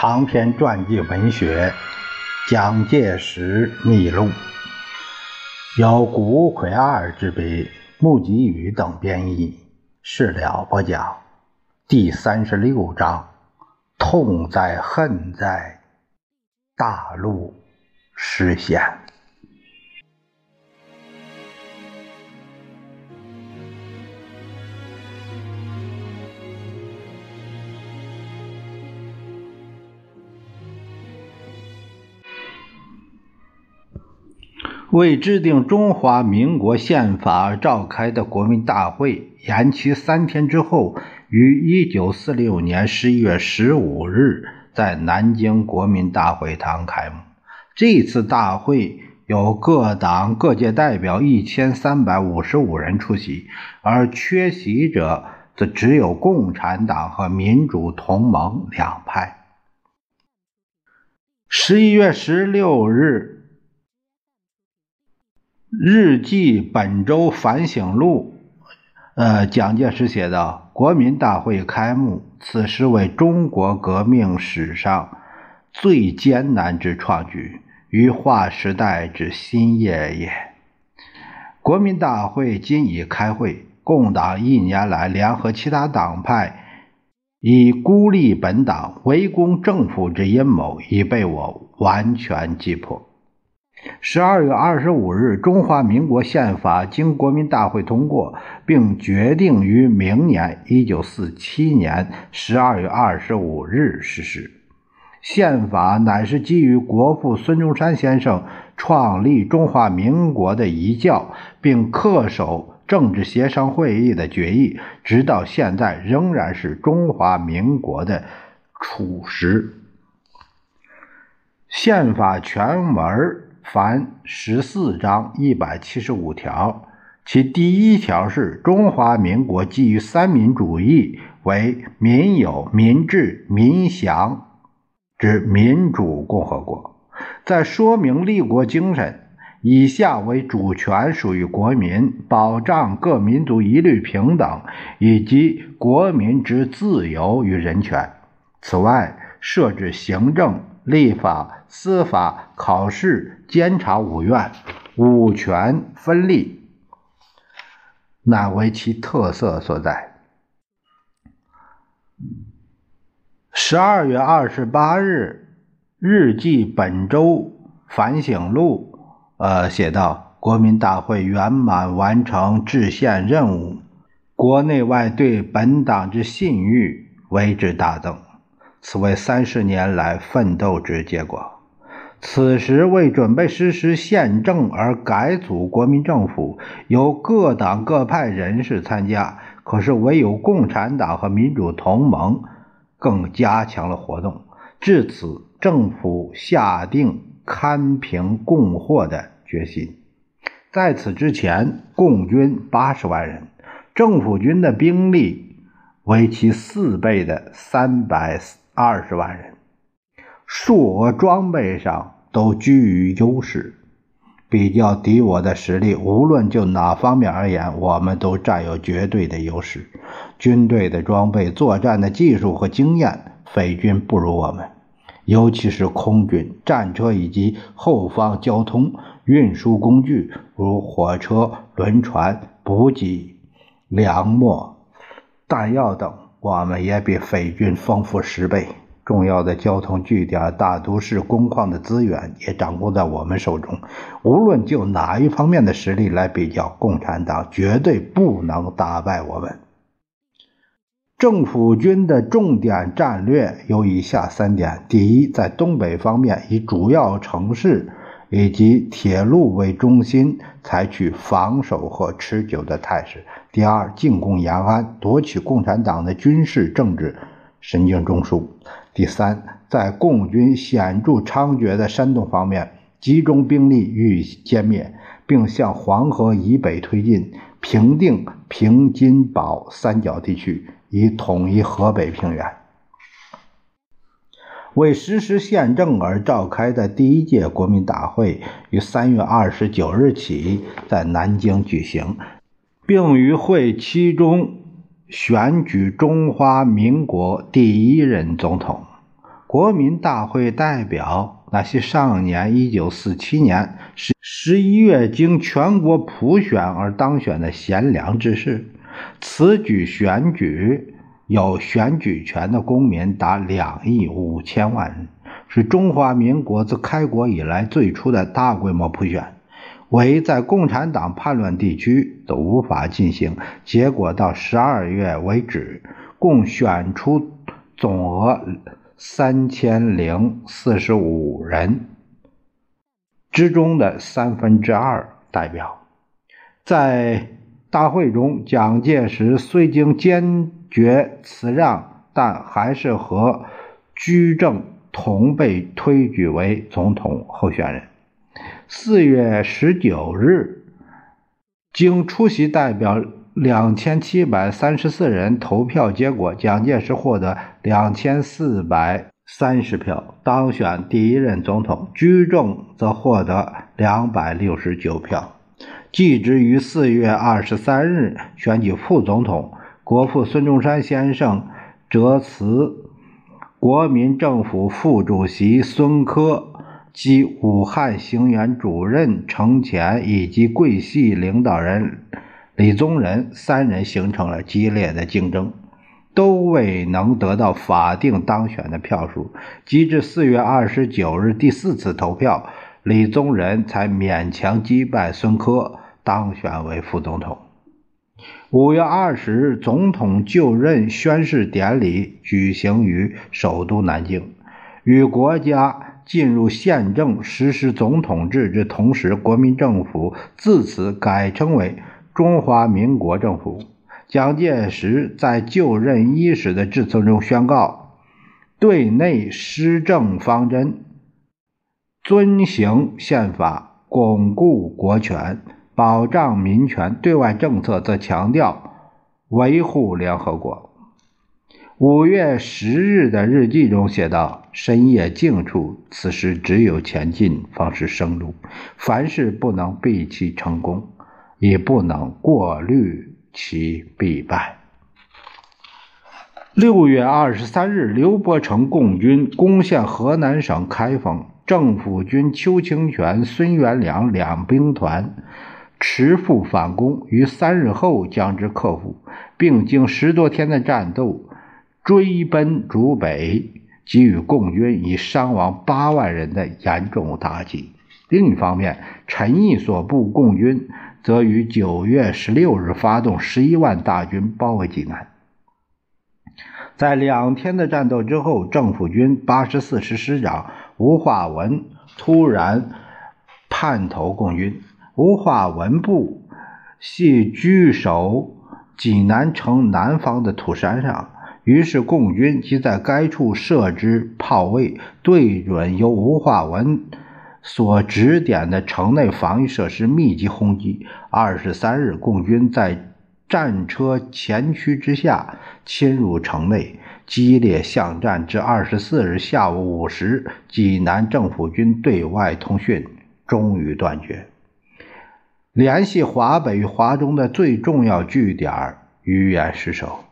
长篇传记文学《蒋介石秘录》，由谷葵二执笔，穆吉宇等编译，事了播讲。第36章：痛在恨在，大陆失陷。为制定中华民国宪法而召开的国民大会延期3天之后，于1946年11月15日在南京国民大会堂开幕。这次大会有各党各界代表1355人出席，而缺席者则只有共产党和民主同盟两派。11月16日日记本周反省录，蒋介石写道：国民大会开幕，此时为中国革命史上最艰难之创举，于划时代之新业也。国民大会今已开会，共党1年来联合其他党派，以孤立本党、围攻政府之阴谋已被我完全击破。12月25日，中华民国宪法经国民大会通过，并决定于明年1947年12月25日实施。宪法乃是基于国父孙中山先生创立中华民国的遗教，并恪守政治协商会议的决议，直到现在仍然是中华民国的处实。宪法全文凡14章175条，其第1条是中华民国基于三民主义为民有、民治、民享之民主共和国。在说明立国精神，以下为主权属于国民，保障各民族一律平等，以及国民之自由与人权。此外，设置行政、立法、司法、考试、监察5院，五权分立，乃为其特色所在。12月28日日记本周反省录写道：国民大会圆满完成制宪任务，国内外对本党之信誉为之大增，此为30年来奋斗之结果。此时为准备实施宪政而改组国民政府，由各党各派人士参加，可是唯有共产党和民主同盟更加强了活动。至此，政府下定堪平共祸的决心。在此之前，共军80万人，政府军的兵力为其4倍的320万人，数额装备上都居于优势。比较敌我的实力，无论就哪方面而言，我们都占有绝对的优势。军队的装备、作战的技术和经验，匪军不如我们，尤其是空军、战车以及后方交通运输工具，如火车、轮船、补给、粮秣、弹药等，我们也比匪军丰富10倍。重要的交通据点、大都市、工矿的资源也掌握在我们手中。无论就哪一方面的实力来比较，共产党绝对不能打败我们。政府军的重点战略有以下3点：第一，在东北方面以主要城市以及铁路为中心，采取防守和持久的态势；第二，进攻延安，夺取共产党的军事政治神经中枢；第三，在共军显著猖獗的山东方面，集中兵力予以歼灭，并向黄河以北推进，平定平津保三角地区，以统一河北平原。为实施宪政而召开的第1届国民大会于3月29日起在南京举行，并于会期中选举中华民国第1任总统。 国民大会代表那些上年1947年11月经全国普选而当选的贤良之士。此举选举有选举权的公民达2亿5千万人，是中华民国自开国以来最初的大规模普选，唯在共产党叛乱地区都无法进行。结果到12月为止，共选出总额3045人之中的2/3代表。在大会中，蒋介石虽经坚决辞让，但还是和居正同被推举为总统候选人。4月19日，经出席代表2734人投票结果，蒋介石获得2430票，当选第一任总统，居正则获得269票。继之于4月23日选举副总统，国父孙中山先生折辞国民政府副主席孙科及武汉行辕主任程潜以及桂系领导人李宗仁3人形成了激烈的竞争，都未能得到法定当选的票数。及至4月29日第4次投票，李宗仁才勉强击败孙科，当选为副总统。5月20日，总统就任宣誓典礼举行于首都南京。与国家进入宪政实施总统制之同时，国民政府自此改称为中华民国政府。蒋介石在就任伊始的致辞中宣告，对内施政方针遵行宪法，巩固国权，保障民权；对外政策则强调维护联合国。5月10日的日记中写道：深夜静处，此时只有前进方是生路，凡事不能避其成功，也不能过虑其必败。6月23日，刘伯承共军攻陷河南省开封，政府军邱清泉、孙元良两兵团持赴反攻，于3日后将之克服，并经10多天的战斗追奔逐北，给予共军以伤亡8万人的严重打击。另一方面，陈毅所部共军则于9月16日发动11万大军包围济南。在2天的战斗之后，政府军84师师长吴化文突然叛投共军。吴化文部系居守济南城南方的土山上，于是共军即在该处设置炮位，对准由吴化文所指点的城内防御设施密集轰击。23日，共军在战车前驱之下侵入城内，激烈巷战至24日下午5时，济南政府军对外通讯终于断绝。联系华北与华中的最重要据点于远失守。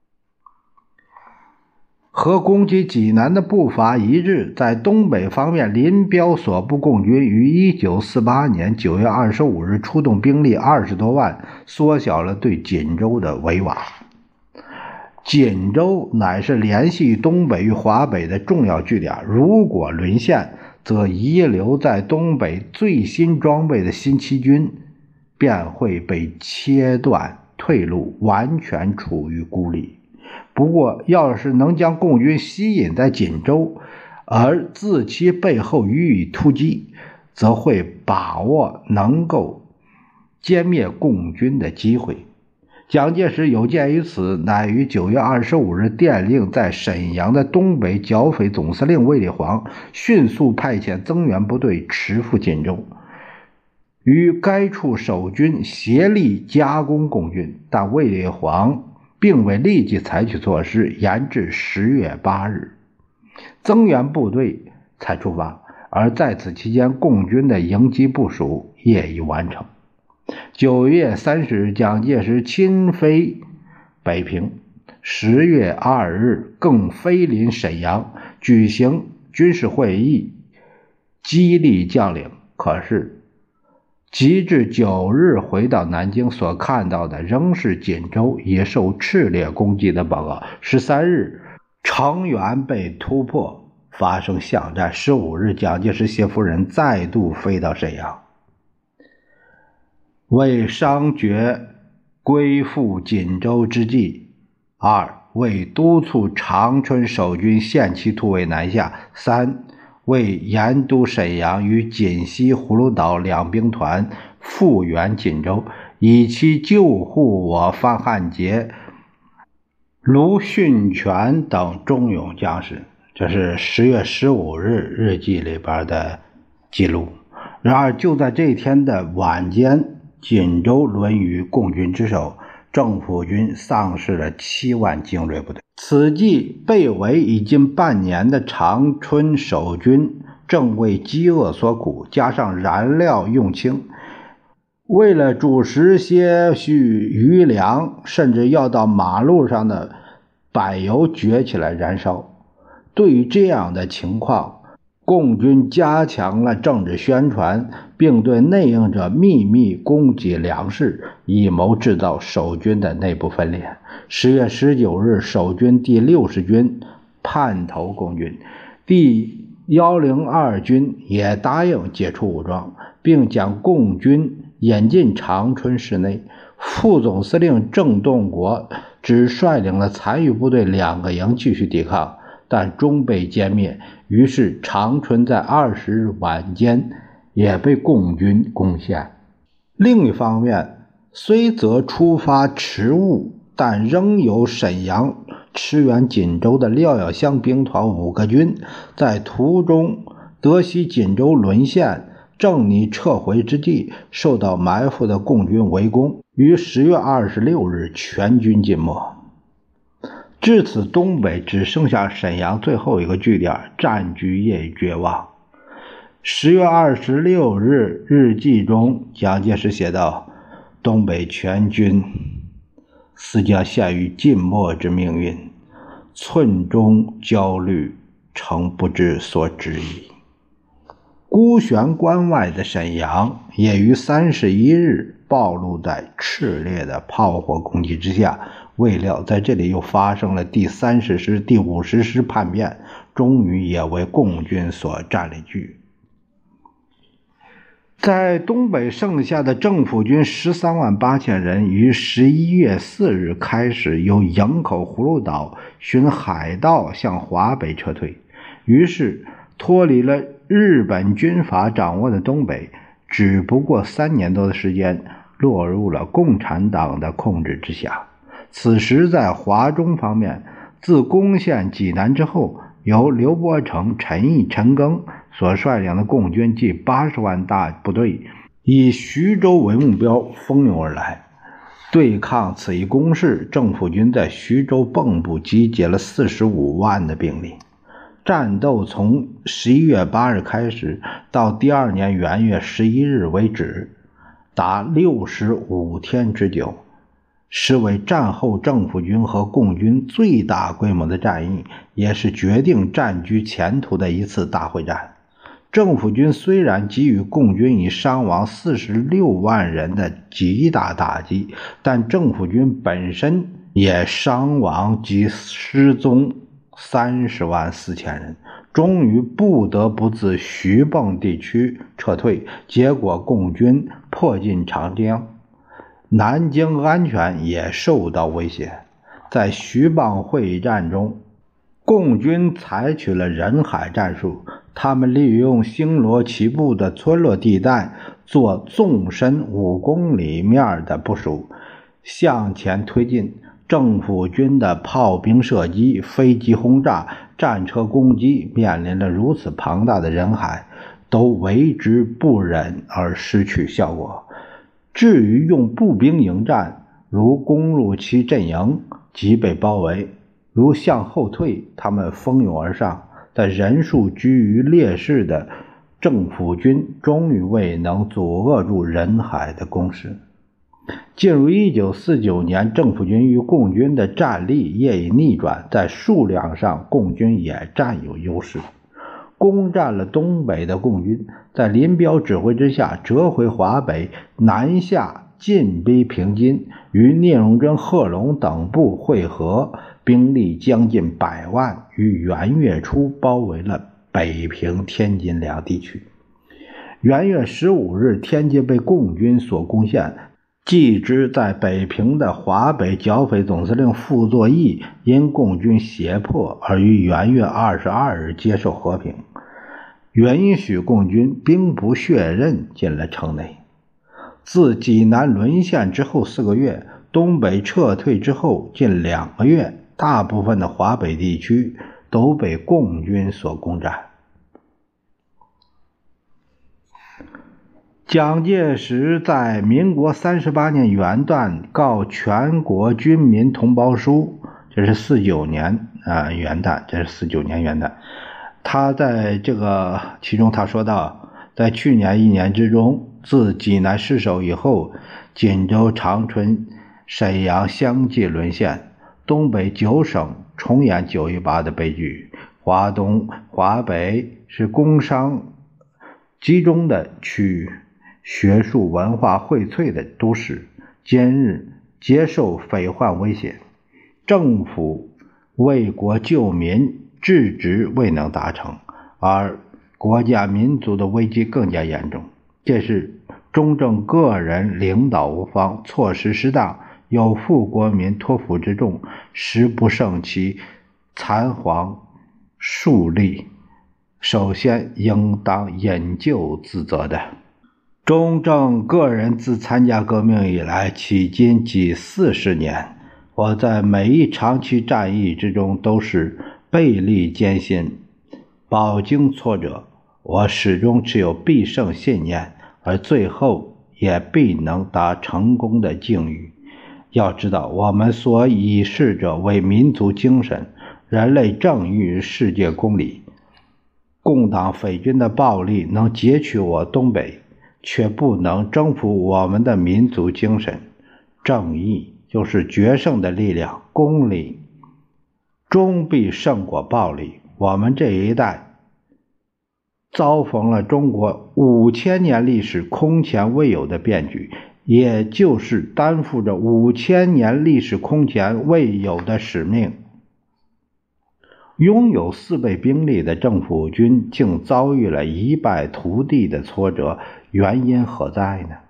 和攻击济南的步伐一致，在东北方面，林彪所部共军于1948年9月25日出动兵力20多万，缩小了对锦州的围瓦。锦州乃是联系东北与华北的重要据点，如果沦陷，则遗留在东北最新装备的新七军便会被切断退路，完全处于孤立。不过要是能将共军吸引在锦州，而自其背后予以突击，则会把握能够歼灭共军的机会。蒋介石有鉴于此，乃于9月25日电令在沈阳的东北剿匪总司令卫立煌迅速派遣增援部队驰赴锦州，与该处守军协力夹攻共军，但卫立煌并未立即采取措施，延至10月8日，增援部队才出发，而在此期间，共军的迎击部署业已完成。9月30日，蒋介石亲飞北平，10月2日更飞临沈阳， 举行军事会议，激励将领。可是及至9日回到南京，所看到的仍是锦州也受炽烈攻击的报告。13日，成员被突破，发生巷战。15日，蒋介石携夫人再度飞到沈阳，为商决归附锦州之际。2. 为督促长春守军限期突围南下。3. 为严督沈阳与锦西、葫芦岛两兵团复原锦州，以期救护我范汉杰、卢训全等忠勇将士。这是10月15日日记里边的记录。然而就在这天的晚间，锦州沦于共军之手，政府军丧失了7万精锐部队。此际被围已近半年的长春守军正为饥饿所苦，加上燃料用轻，为了煮食些许余粮，甚至要到马路上的柏油掘起来燃烧。对于这样的情况，共军加强了政治宣传，并对内应者秘密供给粮食，以谋制造守军的内部分裂。10月19日，守军第60军叛投共军，第102军也答应解除武装，并将共军引进长春市内。副总司令郑洞国只率领了残余部队2个营继续抵抗，但终被歼灭。于是长春在20日晚间也被共军攻陷。另一方面，虽则出发迟误，但仍有沈阳驰援锦州的廖耀湘兵团5个军，在途中得悉锦州沦陷，正拟撤回之际，受到埋伏的共军围攻，于10月26日全军尽没。至此，东北只剩下沈阳最后一个据点，战局也绝望。10月26日日记中，蒋介石写道：东北全军似将陷于尽没之命运，寸中焦虑，诚不知所指矣。孤悬关外的沈阳也于31日暴露在炽烈的炮火攻击之下。未料在这里又发生了第30师、第50师叛变，终于也为共军所占领据。在东北剩下的政府军13万8千人于11月4日开始由营口、葫芦岛循海道向华北撤退，于是脱离了日本军阀掌握的东北，只不过3年多的时间，落入了共产党的控制之下。此时在华中方面，自攻陷济南之后，由刘伯承、陈毅、陈赓所率领的共军计80万大部队，以徐州为目标蜂拥而来。对抗此一攻势，政府军在徐州蚌埠集结了45万的兵力。战斗从11月8日开始，到第2年元月11日为止，达65天之久，实为战后政府军和共军最大规模的战役，也是决定战局前途的一次大会战。政府军虽然给予共军以伤亡46万人的极大打击，但政府军本身也伤亡及失踪30万4千人，终于不得不自徐蚌地区撤退，结果共军迫近长江，南京安全也受到威胁。在徐蚌会战中，共军采取了人海战术，他们利用星罗棋布的村落地带做纵深5公里面的部署，向前推进。政府军的炮兵射击、飞机轰炸、战车攻击面临了如此庞大的人海，都为之不忍而失去效果。至于用步兵迎战，如攻入其阵营即被包围，如向后退，他们蜂拥而上，在人数居于劣势的政府军终于未能阻遏住人海的攻势。 进入1949年，政府军与共军的战力业已逆转，在数量上共军也占有优势。攻占了东北的共军，在林彪指挥之下折回华北，南下进逼平津，与聂荣臻、贺龙等部会合，兵力将近100万，于元月初包围了北平、天津两地区。元月15日，天津被共军所攻陷。继之在北平的华北剿匪总司令傅作义因共军胁迫而于元月22日接受和平，允许共军兵不血刃进了城内。自济南沦陷之后4个月，东北撤退之后近2个月，大部分的华北地区都被共军所攻占。蒋介石在民国38年元旦告全国军民同胞书，这是49年元旦，这是49年元旦。他在这个其中他说到，在去年1年之中，自济南失守以后，锦州、长春、沈阳相继沦陷，东北9省重演9·18的悲剧，华东、华北是工商集中的区域，学术文化荟萃的都市，今日接受匪患威胁，政府为国救民治职未能达成，而国家民族的危机更加严重。这是中正个人领导无方，措施失当，有负国民托付之重，实不胜其残黄树立，首先应当引咎自责的。中正个人自参加革命以来，迄今既40年，我在每一长期战役之中都是倍力艰辛，饱经挫折，我始终持有必胜信念，而最后也必能达成功的境遇。要知道，我们所以事者为民族精神、人类正义与世界公理。共党匪军的暴力能劫取我东北，却不能征服我们的民族精神。正义就是决胜的力量，公理终必胜过暴力。我们这一代遭逢了中国5000年历史空前未有的变局，也就是担负着5000年历史空前未有的使命。拥有4倍兵力的政府军竟遭遇了一败涂地的挫折，原因何在呢？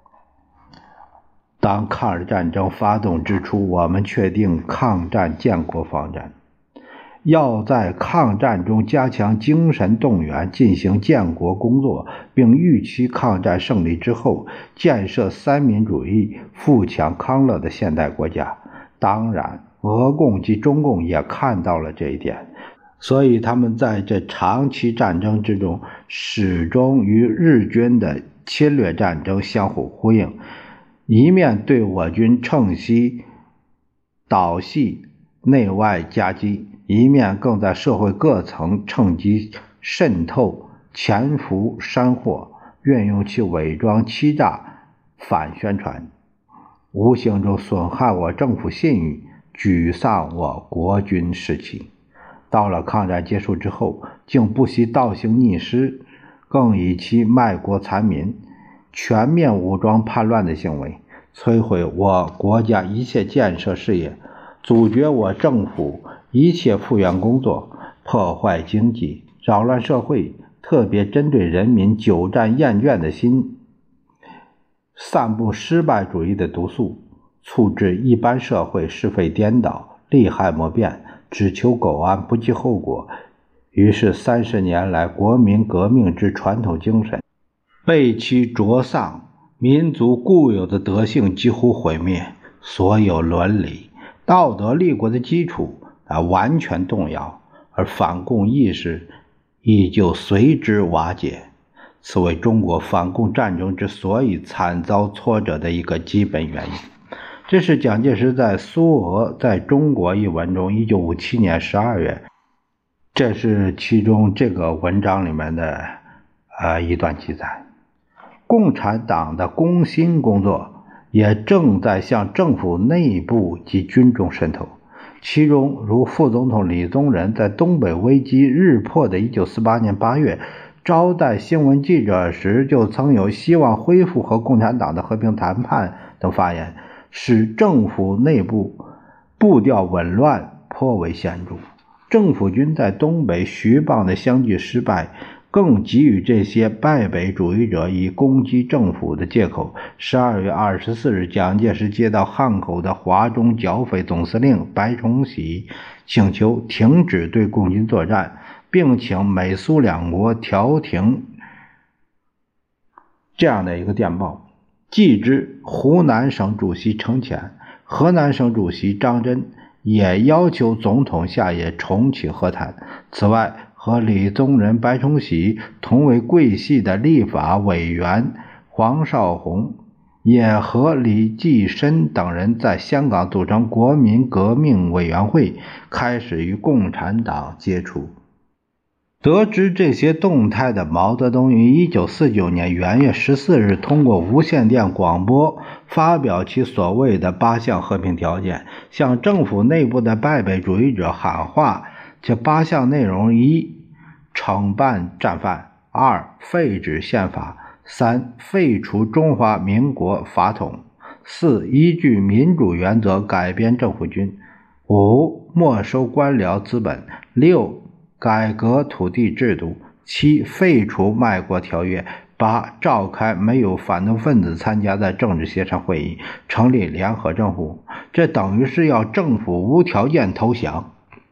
当抗日战争发动之初，我们确定抗战建国方针，要在抗战中加强精神动员，进行建国工作，并预期抗战胜利之后建设三民主义、富强康乐的现代国家。当然，俄共及中共也看到了这一点，所以他们在这长期战争之中始终与日军的侵略战争相互呼应，一面对我军乘隙导系内外夹击，一面更在社会各层趁机渗透潜伏山货，运用其伪装欺诈反宣传，无形中损害我政府信誉，沮丧我国军士气。到了抗战结束之后，竟不惜倒行逆施，更以其卖国残民、全面武装叛乱的行为，摧毁我国家一切建设事业，阻绝我政府一切复原工作，破坏经济，扰乱社会，特别针对人民久战厌倦的心，散布失败主义的毒素，促致一般社会是非颠倒，利害莫辨，只求苟安，不计后果。于是30年来，国民革命之传统精神被其灼丧，民族固有的德性几乎毁灭，所有伦理道德立国的基础完全动摇，而反共意识亦就随之瓦解。此为中国反共战争之所以惨遭挫折的一个基本原因。这是蒋介石在《苏俄在中国》一文中1957年12月，这是其中这个文章里面的一段记载。共产党的攻心工作也正在向政府内部及军中渗透。其中，如副总统李宗仁在东北危机日破的1948年8月招待新闻记者时，就曾有希望恢复和共产党的和平谈判等发言，使政府内部步调紊乱颇为显著。政府军在东北徐蚌的相继失败，更给予这些败北主义者以攻击政府的借口。12月24日，蒋介石接到汉口的华中剿匪总司令白崇禧请求停止对共军作战，并请美苏两国调停这样的一个电报。继之，湖南省主席程潜、河南省主席张真也要求总统下野重启和谈。此外，和李宗仁、白崇禧同为桂系的立法委员黄绍竑也和李济深等人在香港组成国民革命委员会，开始与共产党接触。得知这些动态的毛泽东于1949年元月14日通过无线电广播发表其所谓的8项和平条件，向政府内部的败北主义者喊话。这8项内容：1. 惩办战犯； 2. 废止宪法； 3. 废除中华民国法统； 4. 依据民主原则改编政府军； 5. 没收官僚资本； 6. 改革土地制度； 7. 废除卖国条约； 8. 召开没有反动分子参加的政治协商会议，成立联合政府。这等于是要政府无条件投降。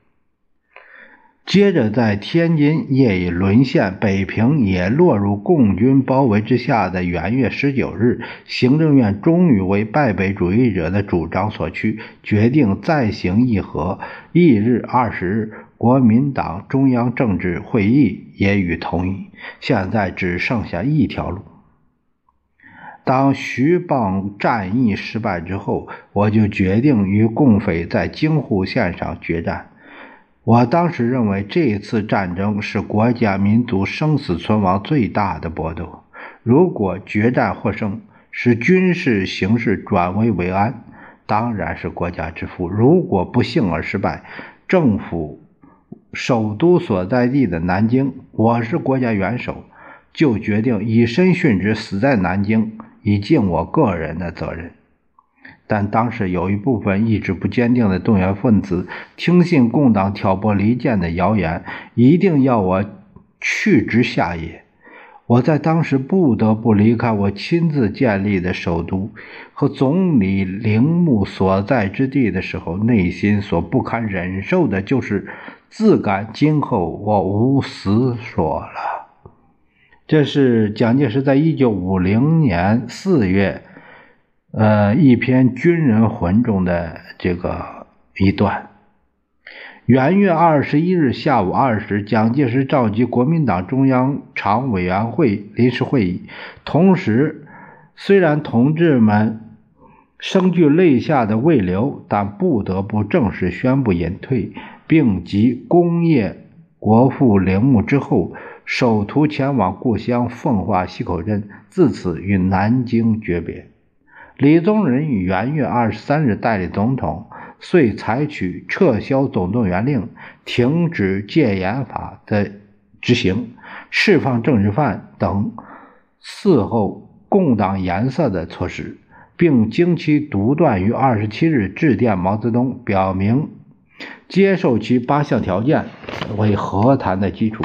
接着，在天津业已沦陷，北平也落入共军包围之下的元月19日，行政院终于为败北主义者的主张所趋，决定再行议和。翌日20日，国民党中央政治会议也予同意。现在只剩下一条路。当徐蚌战役失败之后，我就决定与共匪在京沪线上决战。我当时认为这次战争是国家民族生死存亡最大的搏斗，如果决战获胜，使军事形势转危为安，当然是国家之福；如果不幸而失败，政府首都所在地的南京，我是国家元首，就决定以身殉职，死在南京，以尽我个人的责任。但当时有一部分意志不坚定的动员分子听信共党挑拨离间的谣言，一定要我去职下野。我在当时不得不离开我亲自建立的首都和总理陵墓所在之地的时候，内心所不堪忍受的就是自感今后我无死所了。这是蒋介石在1950年4月一篇军人魂中的这个一段。元月21日下午2时，蒋介石召集国民党中央常委员会临时会议，同时虽然同志们生具泪下的未留，但不得不正式宣布隐退，并即工业国父陵墓之后，首途前往故乡奉化溪口镇，自此与南京诀别。李宗仁于元月23日代理总统，遂采取撤销总动员令、停止戒严法的执行、释放政治犯等伺候共党颜色的措施，并经其独断于27日致电毛泽东，表明接受其8项条件为和谈的基础。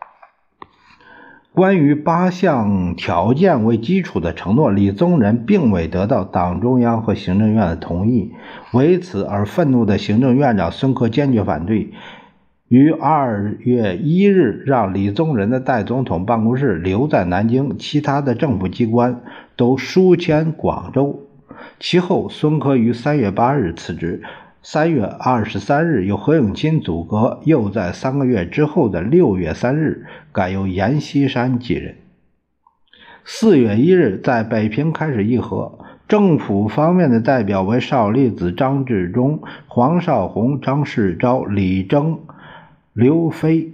关于8项条件为基础的承诺，李宗仁并未得到党中央和行政院的同意，为此而愤怒的行政院长孙科坚决反对，于2月1日让李宗仁的代总统办公室留在南京，其他的政府机关都疏迁广州。其后孙科于3月8日辞职，3月23日由何应钦组阁，又在3个月之后的6月3日改由阎锡山继任。4月1日在北平开始议和，政府方面的代表为邵力子、张治中、黄绍竑、张世钊、李征、刘飞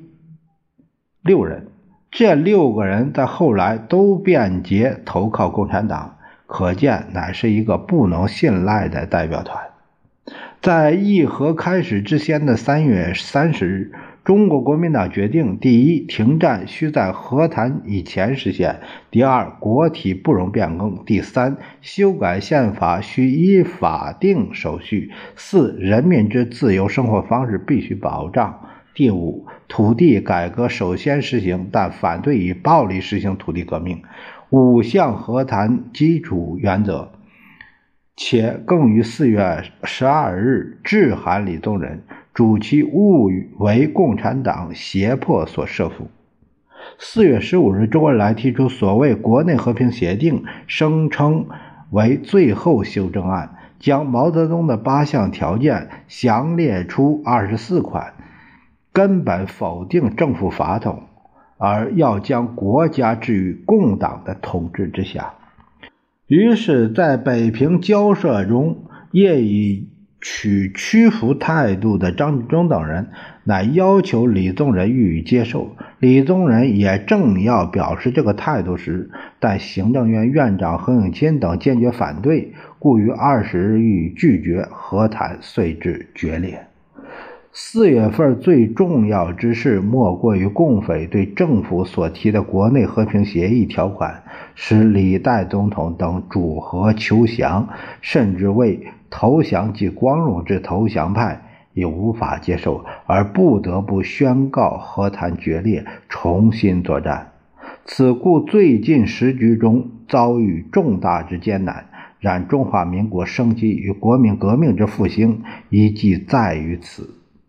6人。这6个人在后来都变节投靠共产党， 可见乃是一个不能信赖的代表团。在议和开始之前的3月30日，中国国民党决定：第一，停战需在和谈以前实现；第二，国体不容变更；第三，修改宪法需依法定手续；四，人民之自由生活方式必须保障；第五，土地改革首先实行，但反对以暴力实行土地革命。5项和谈基础原则。且更于4月12日致函李宗仁，主其勿为共产党胁迫所设伏。4月15日，周恩来提出所谓国内和平协定，声称为最后修正案，将毛泽东的8项条件详列出24款，根本否定政府法统，而要将国家置于共党的统治之下。于是在北平交涉中，业已取屈服态度的张治中等人乃要求李宗仁予以接受。李宗仁也正要表示这个态度时，但行政院院长何应钦等坚决反对，故于20日予以拒绝，和谈遂至决裂。4月份最重要之事，莫过于共匪对政府所提的国内和平协议条款，使李代总统等主和求降，甚至为投降及光荣之投降派也无法接受，而不得不宣告和谈决裂，重新作战。此故最近时局中遭遇重大之艰难，然中华民国生机与国民革命之复兴，亦即在于此。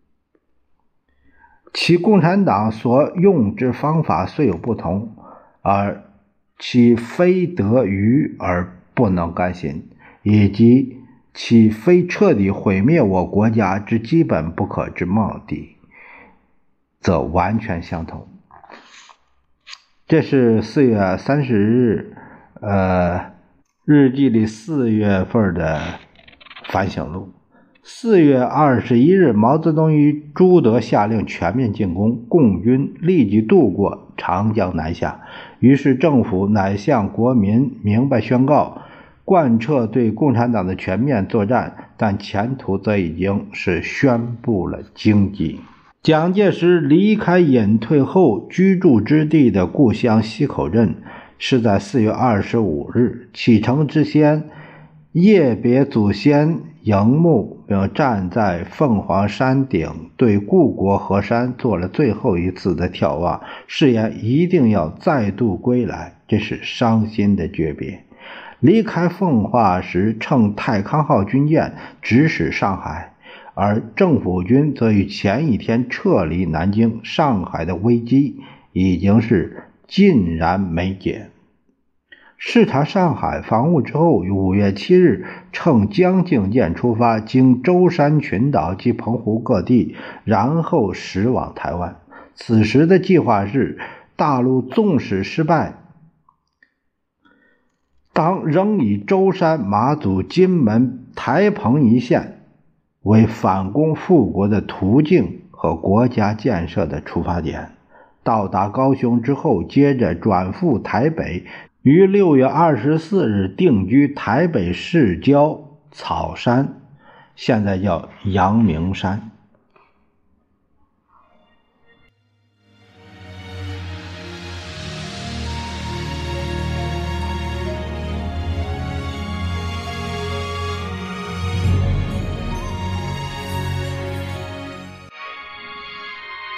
其共产党所用之方法虽有不同，而其非得愚而不能甘心，以及其非彻底毁灭我国家之基本不可之目的，则完全相同。这是4月30日日记里4月份的反省录。4月21日，毛泽东于朱德下令全面进攻，共军立即渡过长江南下。于是政府乃向国民明白宣告，贯彻对共产党的全面作战，但前途则已经是宣布了经济。蒋介石离开隐退后居住之地的故乡溪口镇，是在4月25日启程之先，夜别祖先迎墓，并站在凤凰山顶对故国河山做了最后一次的眺望，誓言一定要再度归来，这是伤心的诀别。离开奉化时，乘太康号军舰直驶上海，而政府军则于前一天撤离南京，上海的危机已经是尽然没解。视察上海防务之后，于5月7日乘江静舰出发，经舟山群岛及澎湖各地，然后驶往台湾。此时的计划是，大陆纵使失败，当仍以舟山、马祖、金门、台澎一线为反攻复国的途径和国家建设的出发点。到达高雄之后，接着转赴台北，于6月24日定居台北市郊草山，现在叫阳明山。